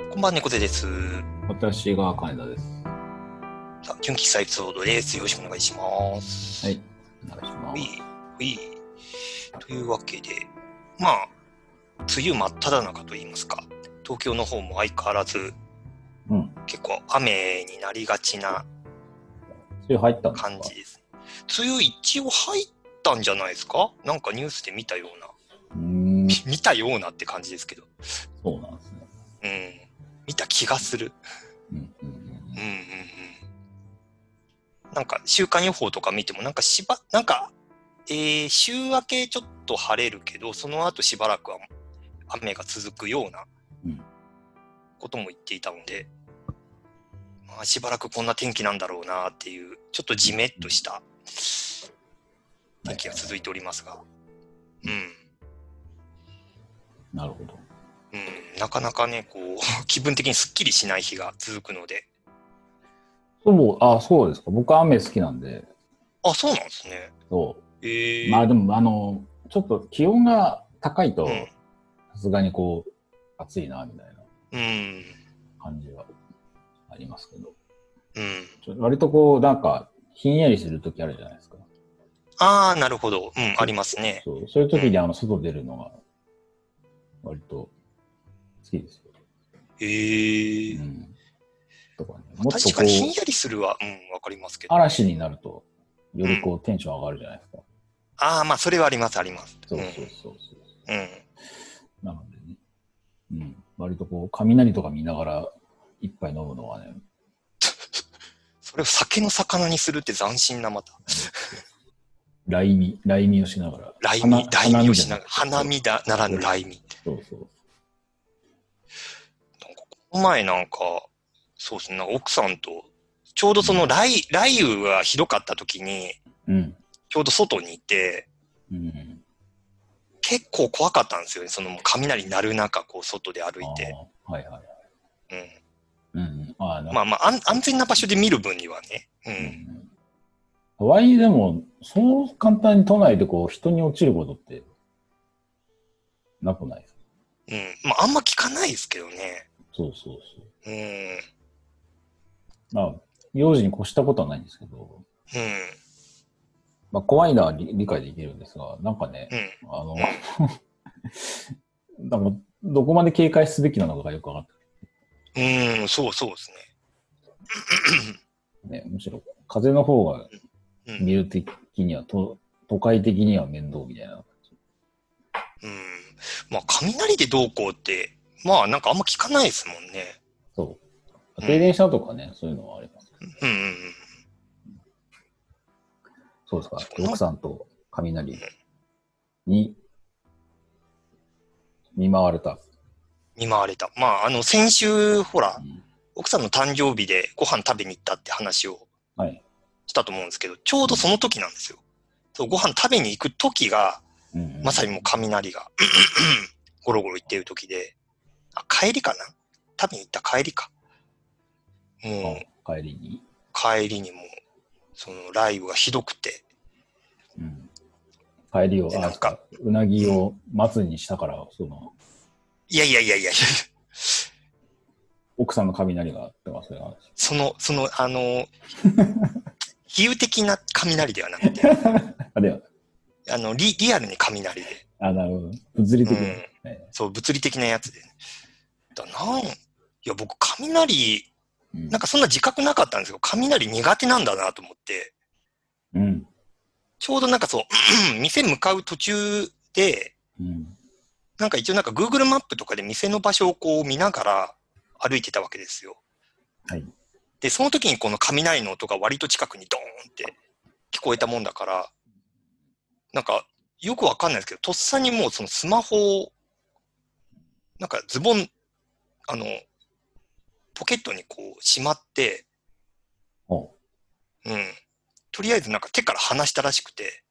こんばんは、猫背です。 私が金田です。 さあ、純喫茶エピソードです。よろしくお願いします。 はい、お願いします。 ほい。というわけで、まあ、梅雨真っ只中と言いますか、東京の方も相変わらず、結構雨になりがちな梅雨入ったんですか？ 感じです。梅雨一応入ったんじゃないですか？なんかニュースで見たような。見たようなって感じですけど。 そうなんですね。見た気がする。なんか週間予報とか見てもなんか週明けちょっと晴れるけど、その後しばらくは雨が続くようなことも言っていたので、まあ、しばらくこんな天気なんだろうなっていう、ちょっとジメッとした天気が続いておりますが、 なるほど。 なかなかね、こう気分的にすっきりしない日が続くので。 そうですか。僕は雨好きなんで。 あ、そうなんですね。 そう。まあでもちょっと気温が高いと、さすがにこう暑いなみたいな感じはありますけど。割とこうなんかひんやりするときあるじゃないですか。 ああ、なるほど。ありますね。 そういうときに外出るのが割と好きですよ。とかね、もっとこう確かにひんやりするは、わかりますけど。 嵐になると、よりこう、テンション上がるじゃないですか。 ああ、まあ、それはあります。 そう。なのでね、割とこう、雷とか見ながら一杯飲むのはね。 それを酒の魚にするって斬新なまた。 雷味をしながら。 雷味をしながら。花見だならぬ雷味。 そう。 なんかこの前なんか、そうですね、奥さんと、ちょうどその雷雨がひどかった時に、ちょうど外にいて、結構怖かったんですよね。その雷鳴る中、こう外で歩いて。まあ、安全な場所で見る分にはね。 とはいえでも、そう簡単に都内でこう、人に落ちることって、なくないですか？ まあ、あんま聞かないですけどね。 そう。まあ、幼児に越したことはないんですけど、まあ、怖いのは理解できるんですが、なんかね、なんかどこまで警戒すべきなのかがよくわかってない。そうですね。むしろ、風の方が見る的には、都会的には面倒みたいな感じ。 まあ、雷でどうこうって、まあ、なんかあんま聞かないですもんね。 そう。停電したとかね、そういうのはありますけど。そうですか。奥さんと雷に見舞われた。 まあ、先週、ほら、奥さんの誕生日でご飯食べに行ったって話をしたと思うんですけど、ちょうどその時なんですよ。そう、ご飯食べに行く時が、まさにもう雷がゴロゴロ言ってる時で、帰りかな？食べに行った帰りか。もう、 帰りにもう、その雷雨がひどくて。 帰りを、うなぎを松にしたから、 いや。 奥さんの雷があってますよ。 比喩的な雷ではなくて、リアルに雷で。 なるほど。物理的な。 そう、物理的なやつで。いや、僕、雷、なんかそんな自覚なかったんですけど、雷苦手なんだなと思って、ちょうどなんかそう、店向かう途中で、なんか一応なんか Google マップとかで店の場所をこう見ながら歩いてたわけですよ。で、その時にこの雷の音が割と近くにドーンって聞こえたもんだから、なんかよくわかんないですけど、とっさにもうそのスマホを、なんかズボン、ポケットにこうしまって、とりあえずなんか手から離したらしくて、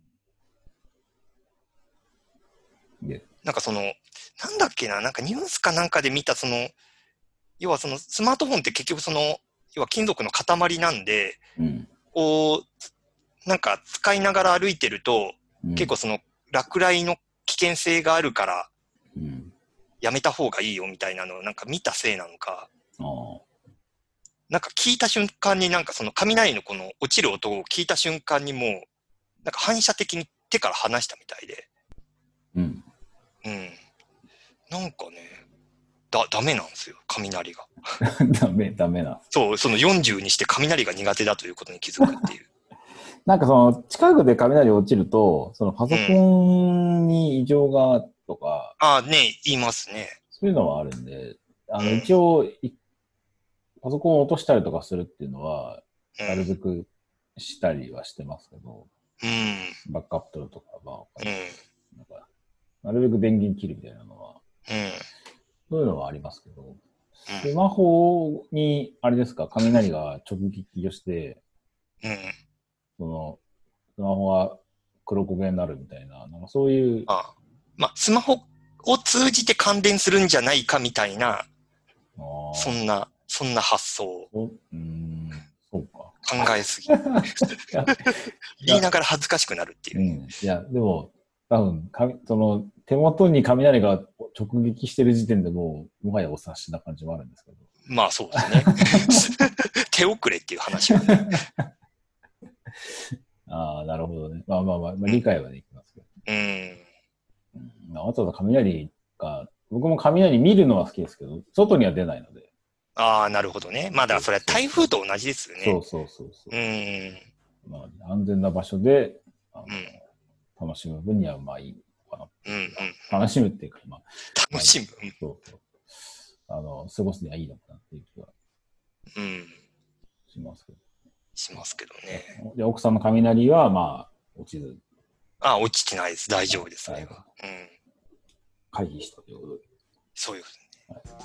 なんかなんだっけな、なんかニュースかなんかで見た要はそのスマートフォンって結局要は金属の塊なんで、こう、なんか使いながら歩いてると、結構落雷の危険性があるから、 やめた方がいいよみたいなのをなんか見たせいなのか、なんか聞いた瞬間になんかその雷のこの落ちる音を聞いた瞬間にもう、なんか反射的に手から離したみたいで。うん。なんかね、ダメなんですよ、雷が。 ダメな。 そう、その40にして雷が苦手だということに気づくっていう。 なんかその、近くで雷落ちると、そのパソコンに異常がとか、 ああ、ね、言いますね。 そういうのはあるんで、一応、パソコンを落としたりとかするっていうのは、なるべくしたりはしてますけど、バックアップ取るとか、なんかなるべく電源切るみたいなのは、そういうのはありますけど、スマホに、あれですか、雷が直撃をして、その、スマホが黒焦げになるみたいな、なんかそういう。 まあ、スマホを通じて感電するんじゃないかみたいな、そんな発想。 そうか。 考えすぎ。言いながら恥ずかしくなるっていう。 いや、でも、多分、その、手元に雷が直撃してる時点でもはやお察しな感じもあるんですけど。 まあそうですね。手遅れっていう話はね。 ああ、なるほどね。まあ、理解はできますけど。わざわざ雷が、僕も雷見るのは好きですけど、外には出ないので。 ああ、なるほどね。まあだからそれは台風と同じですよね。 そう。まあ、安全な場所で、楽しむ分にはまあいいのかな。楽しむっていうか、まあ。 楽しむ。 過ごすにはいいのかなっていう気は。しますけどね。で、奥さんの雷は、まあ、落ちず。 落ちてないです。大丈夫ですね。 回避したということで。 そういうことね。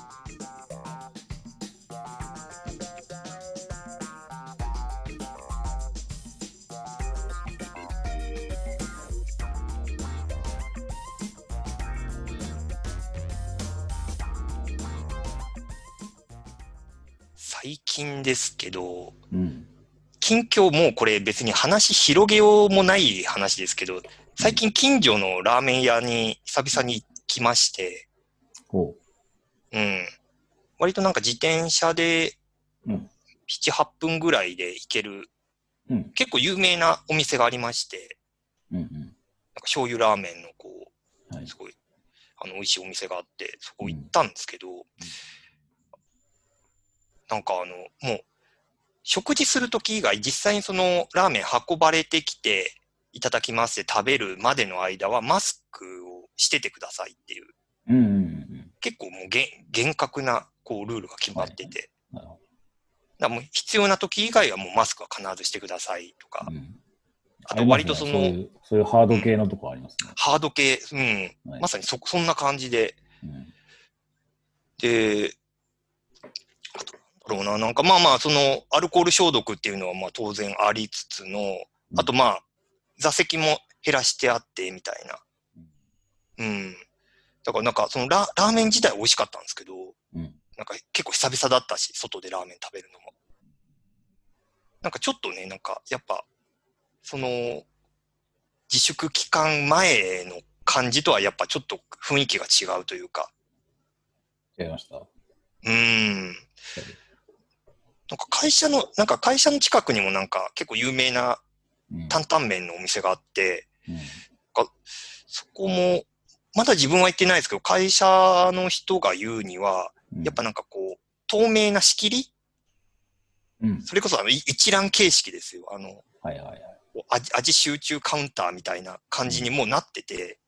最近ですけど、近況もうこれ別に話広げようもない話ですけど、最近近所のラーメン屋に久々に来まして、割となんか自転車で7、8分ぐらいで行ける、結構有名なお店がありまして、なんか醤油ラーメンのこう、すごい美味しいお店があって、そこ行ったんですけど、なんかもう、食事するとき以外、実際にそのラーメン運ばれてきていただきますって食べるまでの間はマスクをしててくださいっていう。結構もう厳格なこうルールが決まってて。だもう必要なとき以外はもうマスクは必ずしてくださいとか。あと割とその、 そういうハード系のとこありますね。 ハード系、まさにそんな感じで。で、なんかまあまあそのアルコール消毒っていうのはまあ当然ありつつの、あとまあ座席も減らしてあってみたいな。だからなんかそのラーメン自体美味しかったんですけど、なんか結構久々だったし、外でラーメン食べるのも。なんかちょっとね、なんかやっぱ、その自粛期間前の感じとはやっぱちょっと雰囲気が違うというか。 違いました。 なんか会社の近くにもなんか結構有名な担々麺のお店があって、そこも、まだ自分は行ってないですけど、会社の人が言うには、やっぱなんかこう、透明な仕切り、それこそ一覧形式ですよ。味集中カウンターみたいな感じにもうなってて、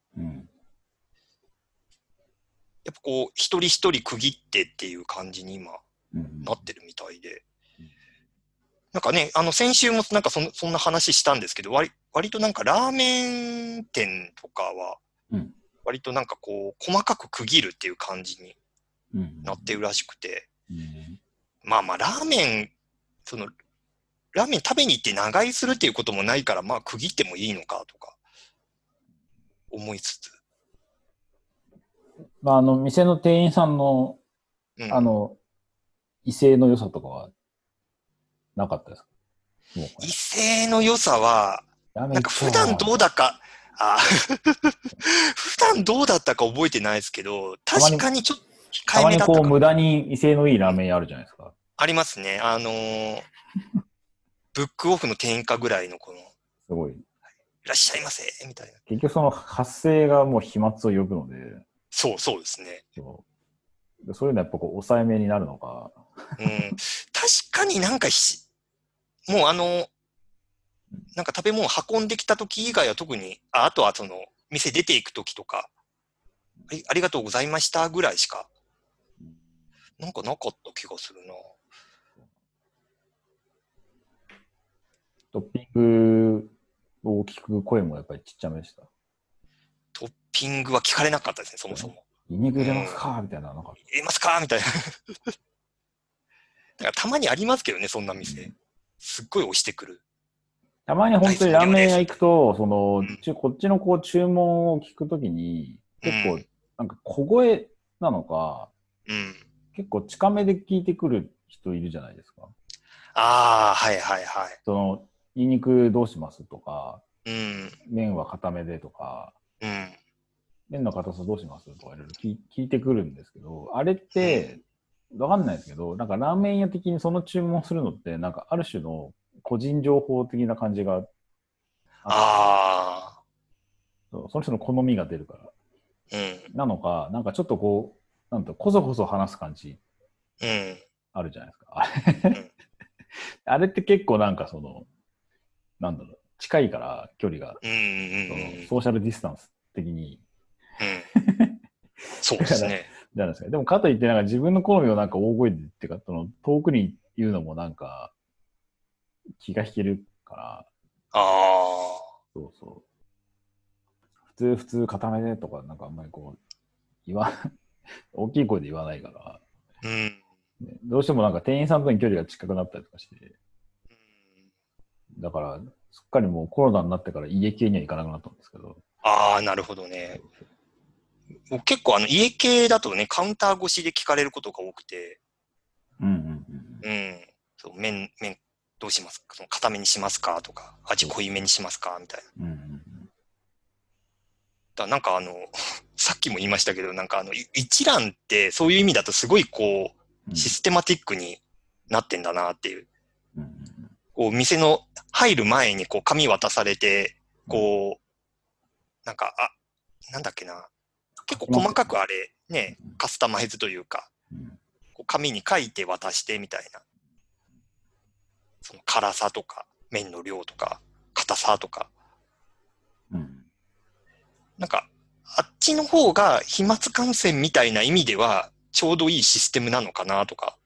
やっぱこう、一人一人区切ってっていう感じに今、なってるみたいで。なんかね、先週もなんかそんな話したんですけど、割となんかラーメン店とかは、割となんかこう、細かく区切るっていう感じになってるらしくて。まあまあ、ラーメン食べに行って長居するっていうこともないから、まあ区切ってもいいのかとか、思いつつ。 まあ、店の店員さんの、威勢の良さとかは、なかったですか？ 威勢の良さは、なんか普段どうだか、 あ普段どうだったか覚えてないですけど、確かにちょっと控えめだったかも。 たまにこう無駄に威勢のいいラーメン屋あるじゃないですか。 ありますね。ブックオフの店員かぐらいのこの、いすごい。 らっしゃいませ、みたいな。 結局その発声がもう飛沫を呼ぶので。 そうですね。 そういうのはやっぱこう抑えめになるのか。 うん。確かになんかもうなんか食べ物運んできた時以外は特に、あとはその、店出ていく時とか、ありがとうございましたぐらいしか、なんかなかった気がするな。 トッピングを聞く声もやっぱりちっちゃめでした。 トッピングは聞かれなかったですね、そもそも。 ニンニク入れますかみたいな。 入れますかみたいな。だからたまにありますけどね、そんな店。すっごい押してくる。 たまに本当にラーメン屋行くと、その、こっちのこう注文を聞くときに、結構、なんか小声なのか、結構近めで聞いてくる人いるじゃないですか。 ああ、はいはいはい。 その、ニンニクどうしますとか、麺は固めでとか、麺の硬さどうしますとかいろいろ聞いてくるんですけど、あれって、わかんないですけど、なんかラーメン屋的にその注文するのって、なんかある種の個人情報的な感じがあって、その人の好みが出るから。なのか、なんかちょっとこう、なんと、こそこそ話す感じ。あるじゃないですか。あれって結構なんかその、なんだろう、近いから距離が、そのソーシャルディスタンス的に。 そうですね。 じゃないですか。でもかといってなんか自分の好みをなんか大声でっていうか、その遠くに言うのもなんか気が引けるから。そうそう。普通固めでとかなんかあんまりこう、大きい声で言わないから。どうしてもなんか店員さんとの距離が近くなったりとかして。だから、すっかりもうコロナになってから家系には行かなくなったんですけど。 ああ、なるほどね。結構家系だとね、カウンター越しで聞かれることが多くて。そう麺どうしますか、固めにしますかとか、味濃いめにしますかみたいな。なんかさっきも言いましたけど、なんか一覧ってそういう意味だとすごいこう、システマティックになってんだなっていう。こう、店の入る前にこう、紙渡されて、こう、なんか、なんだっけな。結構細かくあれ、ね、カスタマイズというか、こう紙に書いて渡してみたいな。その辛さとか、麺の量とか、硬さとか。なんか、あっちの方が飛沫感染みたいな意味では、ちょうどいいシステムなのかなとか。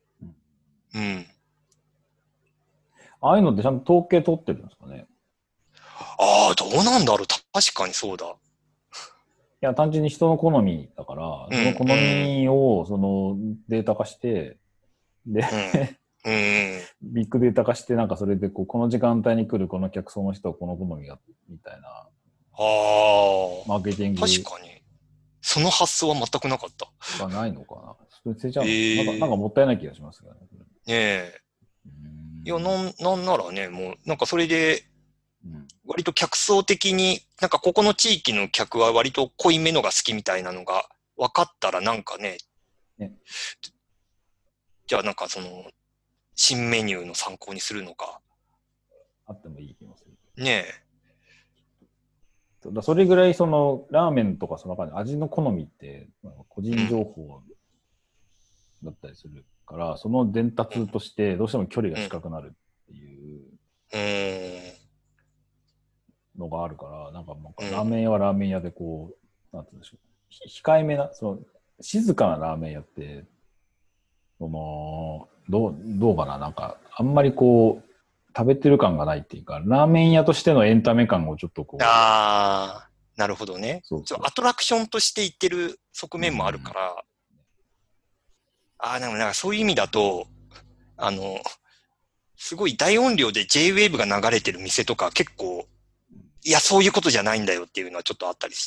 ああいうのってちゃんと統計取ってるんですかね。 どうなんだろう。確かにそうだ。 いや、単純に人の好みだから、その好みをそのデータ化して、で、ビッグデータ化して、なんかそれでこの時間帯に来るこの客層の人はこの好みが、みたいな。マーケティング。 確かに。その発想は全くなかった。 ないのかな。それ捨てちゃうの、なんかもったいない気がしますよね。 ねえ。いや、なんならね、もう、なんかそれで、割と客層的に、なんかここの地域の客は割と濃いめのが好きみたいなのが分かったらなんかね、じゃあなんかその、新メニューの参考にするのか。 あってもいい気もする。 ねえ。それぐらいその、ラーメンとかその味の好みって、個人情報だったりするから、その伝達としてどうしても距離が近くなるっていうのがあるから、なんかラーメン屋はラーメン屋でこう、なんて言うんでしょう。控えめな、その、静かなラーメン屋って、その、どうかな、なんか、あんまりこう、食べてる感がないっていうか、ラーメン屋としてのエンタメ感をちょっとこう。 なるほどね。アトラクションとして行ってる側面もあるから、でもなんかそういう意味だと、すごい大音量で J-Wave が流れてる店とか結構、いや、そういうことじゃないんだよっていうのはちょっとあったりして。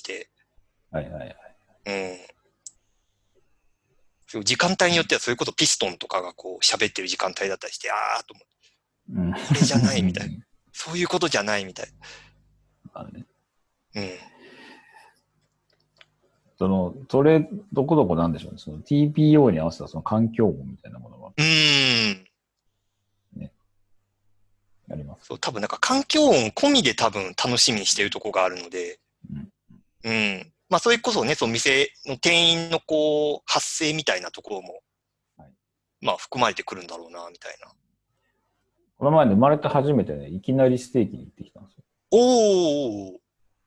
時間帯によってはそういうことピストンとかがこう喋ってる時間帯だったりして、と思って。これじゃないみたいな。そういうことじゃないみたいな。 うん。 それ、どこどこなんでしょうね。その TPO に合わせたその環境音みたいなものが。ね。あります。 そう、多分なんか環境音込みで多分楽しみにしてるとこがあるので、うん。まあ、それこそね、その店の店員のこう、発声みたいなところも、はい、まあ、含まれてくるんだろうな、みたいな。 この前ね、生まれて初めてね、いきなりステーキに行ってきたんですよ。 おー。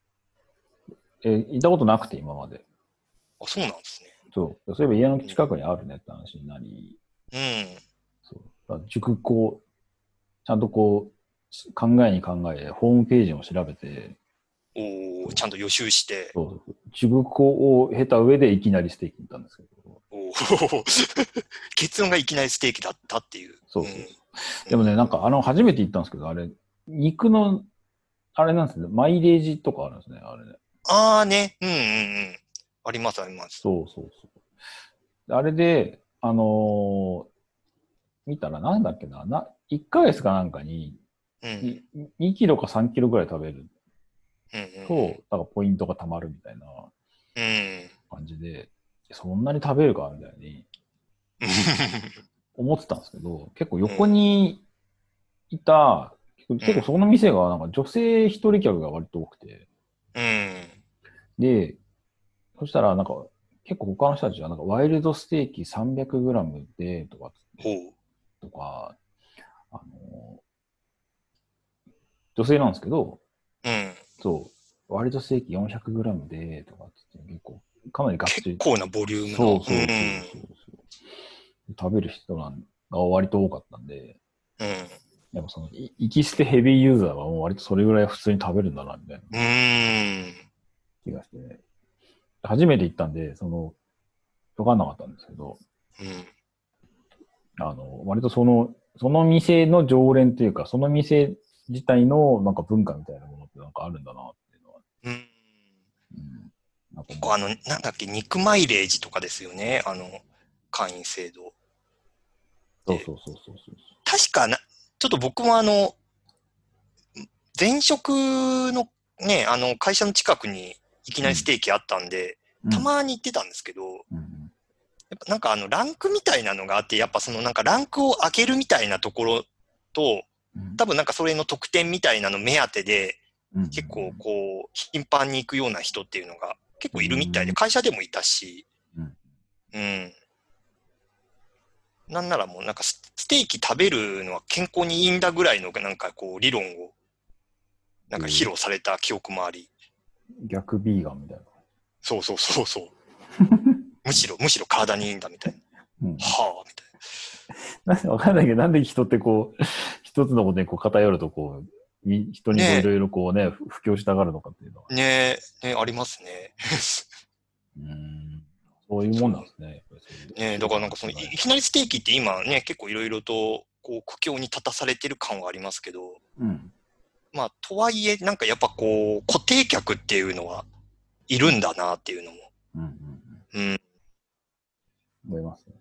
行ったことなくて、今まで。 あ、そうなんですね。 そう。そういえば家の近くにあるねって話になり。 うん。 そう。熟考、ちゃんとこう、考えに考え、ホームページを調べて、 ちゃんと予習して。 そう。熟考を経た上でいきなりステーキに行ったんですけど。 結論がいきなりステーキだったっていう。 そうそうそう。でもね、なんか初めて行ったんですけど、あれ、肉の、あれなんですね、マイレージとかあるんですね、あれね。 ああね、うんうんうん。ありますあります。 そうそうそう。あれで、見たらなんだっけな、1ヶ月かなんかに、2キロか3キロぐらい食べると、だからポイントが貯まるみたいな感じで、そんなに食べるかみたいに思ってたんですけど、結構横にいた、結構その店がなんか女性一人客が割と多くて、で、そしたらなんか結構他の人たちはなんかワイルドステーキ 300g でとかとか、女性なんですけど、そう、ワイルドステーキ 400g でとかって結構かなりがっつり。 結構なボリュームの。 そうそうそう食べる人が割と多かったんで、やっぱその、行き捨てヘビーユーザーはもう割とそれぐらい普通に食べるんだな、みたいな気がして、ね、初めて行ったんで、わかんなかったんですけど、割とその店の常連というか、その店自体のなんか文化みたいなものってなんかあるんだなっていうのは。 結構なんだっけ、肉マイレージとかですよね、会員制度。 そうそう。 確かちょっと僕も前職のね、会社の近くにいきなりステーキあったんで、たまに行ってたんですけど、やっぱなんかランクみたいなのがあって、やっぱそのなんかランクを上げるみたいなところと、多分なんかそれの特典みたいなの目当てで、結構こう、頻繁に行くような人っていうのが結構いるみたいで、会社でもいたし、なんならもうなんかステーキ食べるのは健康にいいんだぐらいのなんかこう理論をなんか披露された記憶もあり。 逆ビーガンみたいな。 そう。むしろ体にいいんだみたいな。はぁ、みたいな。わかんないけど、なんで人ってこう、一つのことにこう偏るとこう、人にいろいろこうね、布教したがるのかっていうのは。 ね、ありますね。 そういうもんなんですね。 ね、だからなんかいきなりステーキって今ね、結構いろいろとこう苦境に立たされてる感はありますけど、まあ、とはいえ、なんかやっぱこう、固定客っていうのはいるんだなっていうのも。 思いますね。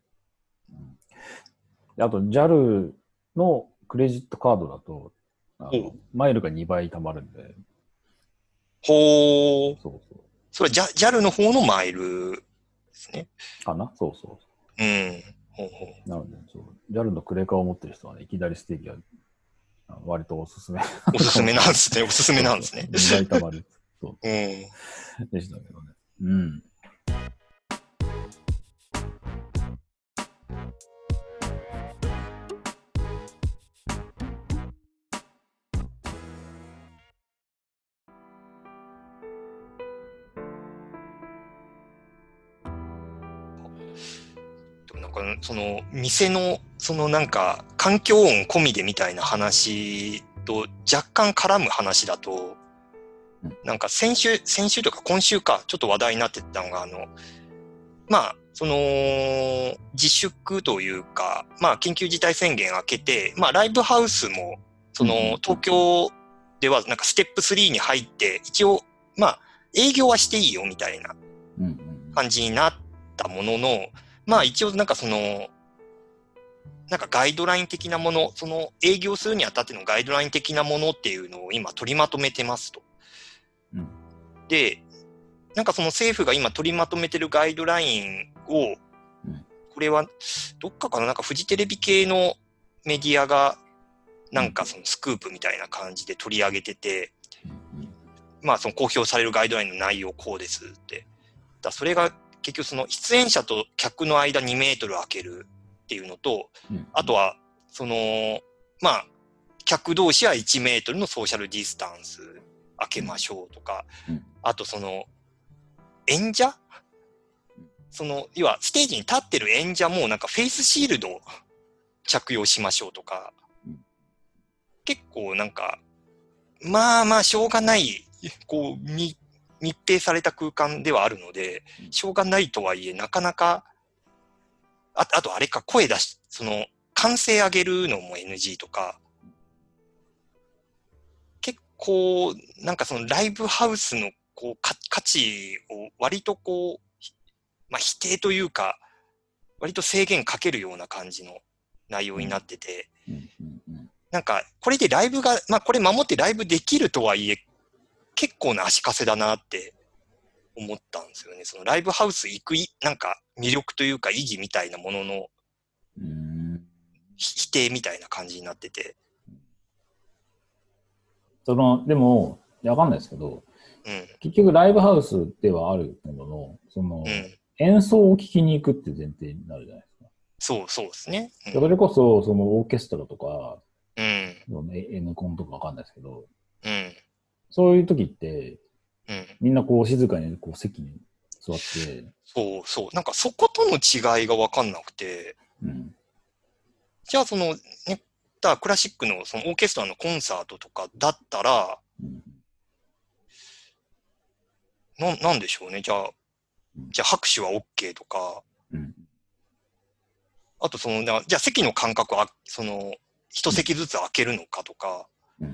あと、JAL のクレジットカードだと、マイルが2倍貯まるんで。 ほー。それはJAL の方のマイルですね。 かな？そう。なので、JAL のクレカを持ってる人はね、いきなりステーキは割とおすすめ。 おすすめなんですね。おすすめなんですね。 2倍貯まる。そう。でしたけどね。 なんかその店のそのなんか環境音込みでみたいな話と若干絡む話だと、なんか先週とか今週かちょっと話題になってたのがまあその自粛というかまあ緊急事態宣言明けてまあライブハウスもその東京ではなんかステップ3に入って一応まあ営業はしていいよみたいな感じになったものの、まあ一応なんかなんかガイドライン的なもの、その営業するにあたってのガイドライン的なものっていうのを今取りまとめてますと。 で、なんかその政府が今取りまとめてるガイドラインを、これはどっかかな、なんかフジテレビ系のメディアがなんかそのスクープみたいな感じで取り上げてて、まあその公表されるガイドラインの内容こうですって。だそれが結局その出演者と客の間2メートル空けるっていうのと、あとはそのまあ客同士は1メートルのソーシャルディスタンス空けましょうとか、あとその演者、その要はステージに立ってる演者もなんかフェイスシールドを着用しましょうとか、結構なんかまあしょうがないこう密閉された空間ではあるので、しょうがないとはいえなかなか、あとあれか、声出し、その歓声上げるのも NG とか、結構なんかそのライブハウスのこう価値を割とこう、まあ否定というか、割と制限かけるような感じの内容になってて、なんかこれでライブが、まあこれ守ってライブできるとはいえ、結構な足かせだなって思ったんですよね。そのライブハウス行くなんか魅力というか意義みたいなものの否定みたいな感じになってて。 でも、わかんないですけど、結局ライブハウスではあるものの、その、演奏を聴きに行くって前提になるじゃないですか。 そうですね。 それこそ、そのオーケストラとか、N コンとかわかんないですけど、そういう時って、みんなこう静かにこう席に座って。 そう。なんかそことの違いがわかんなくて。じゃあその、ね、クラシックのそのオーケストラのコンサートとかだったら、なんでしょうね。じゃあ拍手は OK とか、あとその、じゃあ席の間隔は、その、一席ずつ空けるのかとか、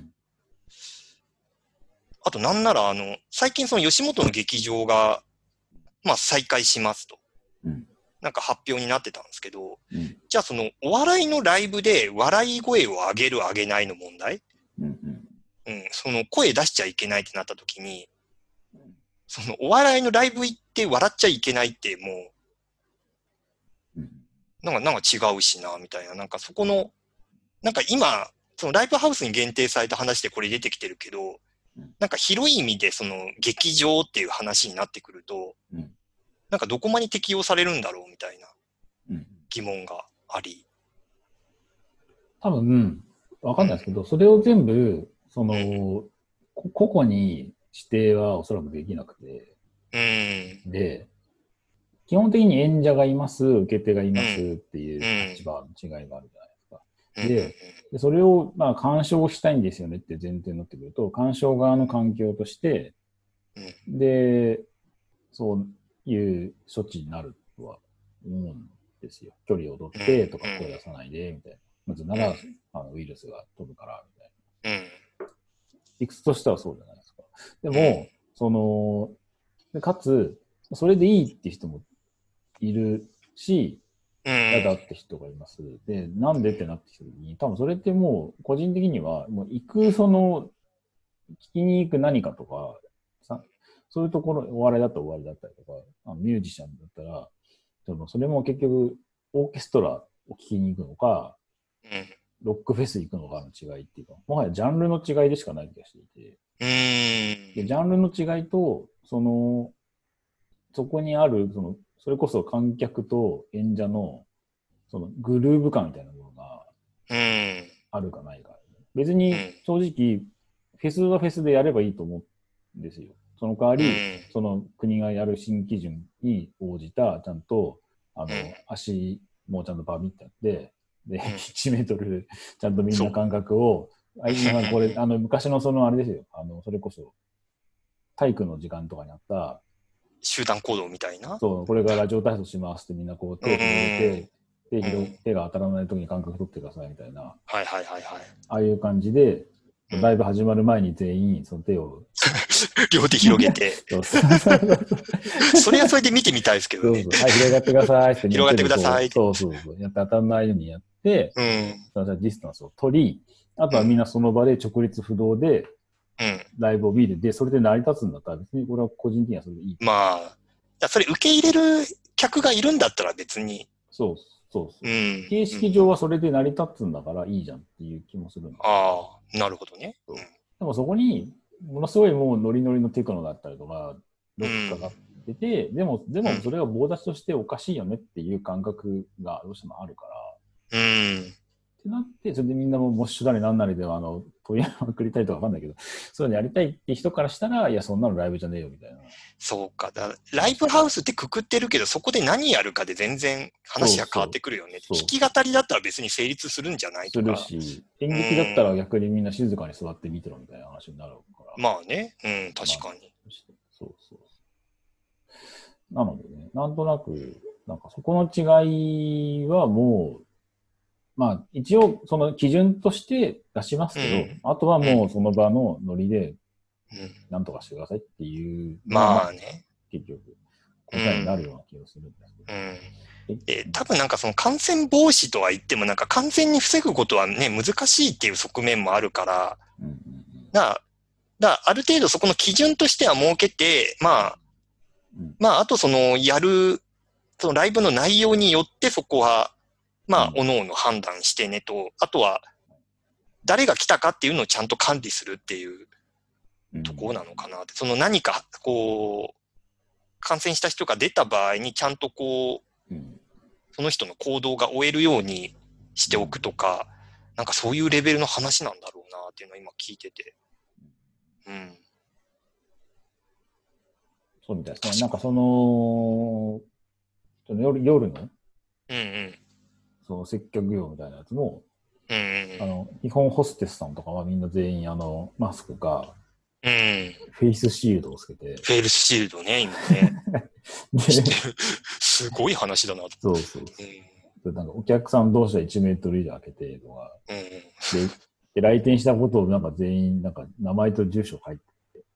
あとなんなら最近その吉本の劇場が、まあ再開しますと。なんか発表になってたんですけど、じゃあそのお笑いのライブで笑い声を上げる上げないの問題、その声出しちゃいけないってなった時に、そのお笑いのライブ行って笑っちゃいけないってもう、なんか違うしな、みたいな。なんかそこの、なんか今、そのライブハウスに限定された話でこれ出てきてるけど、なんか広い意味でその劇場っていう話になってくると、なんかどこまで適用されるんだろうみたいな疑問があり。 多分、わかんないですけど、それを全部、その、個々に指定はおそらくできなくて、で、基本的に演者がいます、受け手がいますっていう立場の違いがあるじゃないですか。で、それを、まあ、干渉したいんですよねって前提になってくると、干渉側の環境として、で、そういう処置になるとは思うんですよ。距離を取ってとか声出さないで、みたいな。なぜなら、ウイルスが飛ぶから、みたいな。理屈としてはそうじゃないですか。でも、その、かつ、それでいいって人もいるし、嫌だって人がいます。で、なんでってなってきた時に、多分それってもう、個人的には、もう行く、その、聞きに行く何かとか、そういうところ、お笑いだったらお笑いだったりとか、ミュージシャンだったら、それも結局、オーケストラを聴きに行くのか、ロックフェス行くのかの違いっていうか、もはやジャンルの違いでしかない気がしていて、でジャンルの違いと、そこにある、それこそ観客と演者の、グルーヴ感みたいなものが、あるかないか。別に、正直、フェスはフェスでやればいいと思うんですよ。その代わり、その国がやる新基準に応じた、ちゃんと、足もちゃんとバミってやって、で、1メートル、ちゃんとみんな間隔を、今これ、昔のあれですよ。それこそ、体育の時間とかにあった、 集団行動みたいな。 そう、これからラジオ体操しますってみんなこう手を広げて、手が当たらない時に間隔取ってくださいみたいな。 はい。 ああいう感じで、ライブ始まる前に全員その手を両手広げてそれはそれで見てみたいですけどね。 はい、広がってくださいって広がってください。 そう。やって当たらないようにやって、ディスタンスを取り、あとはみんなその場で直立不動で、 ライブを見るで、それで成り立つんだったら別にこれは個人的にはそれでいい。 まあ、それ受け入れる客がいるんだったら別に。 そう。形式上はそれで成り立つんだからいいじゃんっていう気もするんだ。 ああ、なるほどね。 でもそこに、ものすごいもうノリノリのテクノだったりとか、ロックかかってて、でもそれが棒立ちとしておかしいよねっていう感覚がどうしてもあるから。ってなって、それでみんなもモッシュだりなんなりでは、問い合わせまくりたいとかわかんないけど、そういうのやりたいって人からしたら、いや、そんなのライブじゃねえよみたいな。 そうか。ライブハウスってくくってるけど、そこで何やるかで全然話が変わってくるよね。弾き語りだったら別に成立するんじゃないとか。 するし、演劇だったら逆にみんな静かに座って見てろみたいな話になるから。 まあね。確かに。 そう。なのでね、なんとなく、なんかそこの違いはもう、まあ一応その基準として出しますけど、あとはもうその場のノリで、なんとかしてくださいっていう、 まあね。 結局、答えになるような気がするんですけど。多分なんかその感染防止とは言ってもなんか完全に防ぐことはね、難しいっていう側面もあるから、ある程度そこの基準としては設けて、まあ、あとそのそのライブの内容によってそこは、まあ、おのおの判断してねと、あとは、誰が来たかっていうのをちゃんと管理するっていうところなのかなって。その何か、こう、感染した人が出た場合にちゃんとこう、その人の行動が終えるようにしておくとか、なんかそういうレベルの話なんだろうなっていうのは今聞いてて。 そうみたいですね。なんかその夜の、その接客業みたいなやつも、日本ホステスさんとかはみんな全員マスクか、フェイスシールドをつけて。 フェイスシールドね、今ね。すごい話だな。 そう。なんかお客さん同士は1メートル以上開けてとか、で来店したことをなんか全員なんか名前と住所書いて。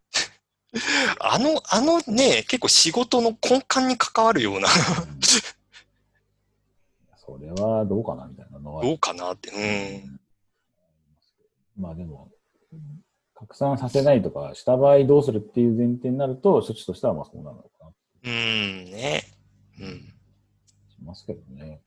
ね、結構仕事の根幹に関わるようなそれはどうかなみたいなのは。 どうかなって。 まあでも、拡散させないとかした場合どうするっていう前提になると、処置としてはまあそうなのかな。 ね。 しますけどね。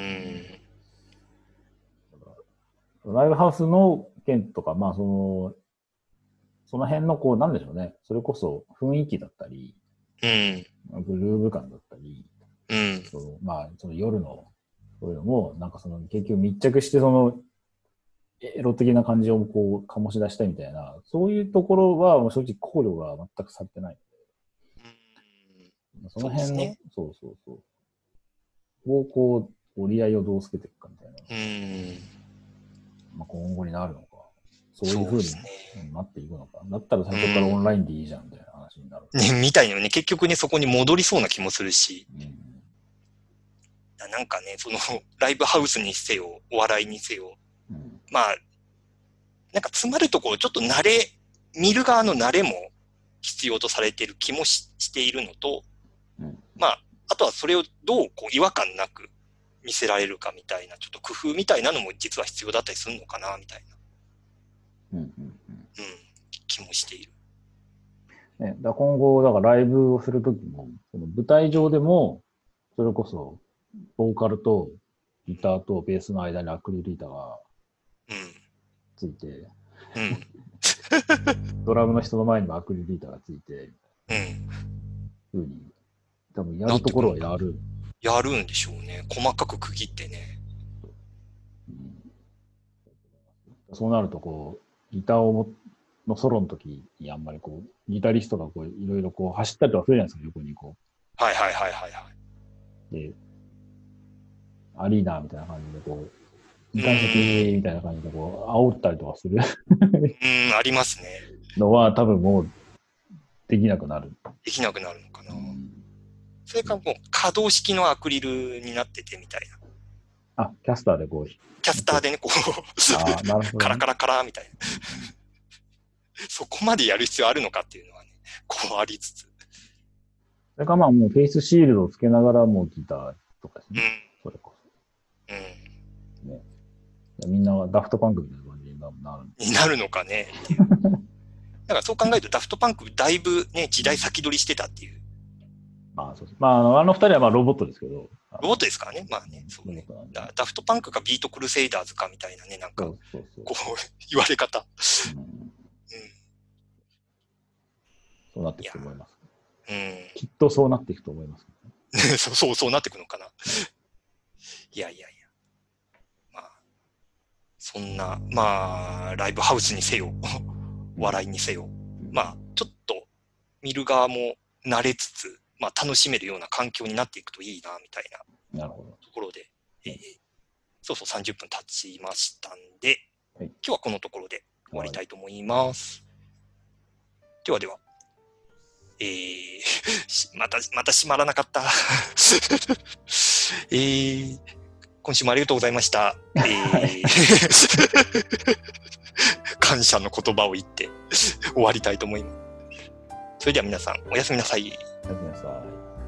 ライブハウスの件とか、まあその辺のこう、なんでしょうね。それこそ雰囲気だったり、グルーヴ感だったり、まあ、その夜の、そういうのも、なんか結局密着してエロ的な感じをこう、醸し出したいみたいな、そういうところは正直考慮が全くされてない。その辺の、そう。をこう、折り合いをどうつけていくかみたいな。まあ、今後になるのか。そういう風になっていくのか。だったら最初からオンラインでいいじゃんみたいな話になる。 みたいなね、結局ね、そこに戻りそうな気もするし。なんかね、その、ライブハウスにせよ、お笑いにせよ。まあ、なんか詰まるところ、ちょっと見る側の慣れも必要とされている気もしているのと、まあ、あとはそれをどうこう違和感なく見せられるかみたいな、ちょっと工夫みたいなのも実は必要だったりするのかな、みたいな。気もしている。 ね、今後、だからライブをするときも、その舞台上でも、それこそ、ボーカルとギターとベースの間にアクリル板がついて、ドラムの人の前にもアクリル板がついて、ふうに、多分やるところはやる。 やるんでしょうね。細かく区切ってね。 そうなると、こう、ギターのソロの時にあんまりこう、ギタリストがこう、いろいろこう、走ったりとかするじゃないですか、横にこう。はい。 で、アリーナみたいな感じでこう、2階席みたいな感じでこう、煽ったりとかする。 ありますね。 のは多分もう、できなくなる。 できなくなるのかな。それかもう、可動式のアクリルになっててみたいな。キャスターでこう。 キャスターでね、こう、なるほどね、カラカラカラみたいな。そこまでやる必要あるのかっていうのはね、こうありつつ。 それかまあもうフェイスシールドをつけながらもうギターとかですね。それこそ。ね。みんなダフトパンクみたいな感じになる。 になるのかね。 だからそう考えるとダフトパンクだいぶね、時代先取りしてたっていう。 まあそうです。まあ二人はまあロボットですけど。 ロボットですからね。まあね、そうね。ダフトパンクかビートクルセイダーズかみたいなね、なんか、こう、言われ方。 そうなっていくと思います。きっとそうなっていくと思います。 そうなっていくのかな。いや。まあ、そんな、まあ、ライブハウスにせよ、笑いにせよ、まあ、ちょっと見る側も慣れつつ、まあ、楽しめるような環境になっていくといいな、みたいなところで、そう30分経ちましたんで、今日はこのところで終わりたいと思います。では、また閉まらなかった。今週もありがとうございました。感謝の言葉を言って終わりたいと思います。それでは皆さん、おやすみなさい。 おやすみなさい。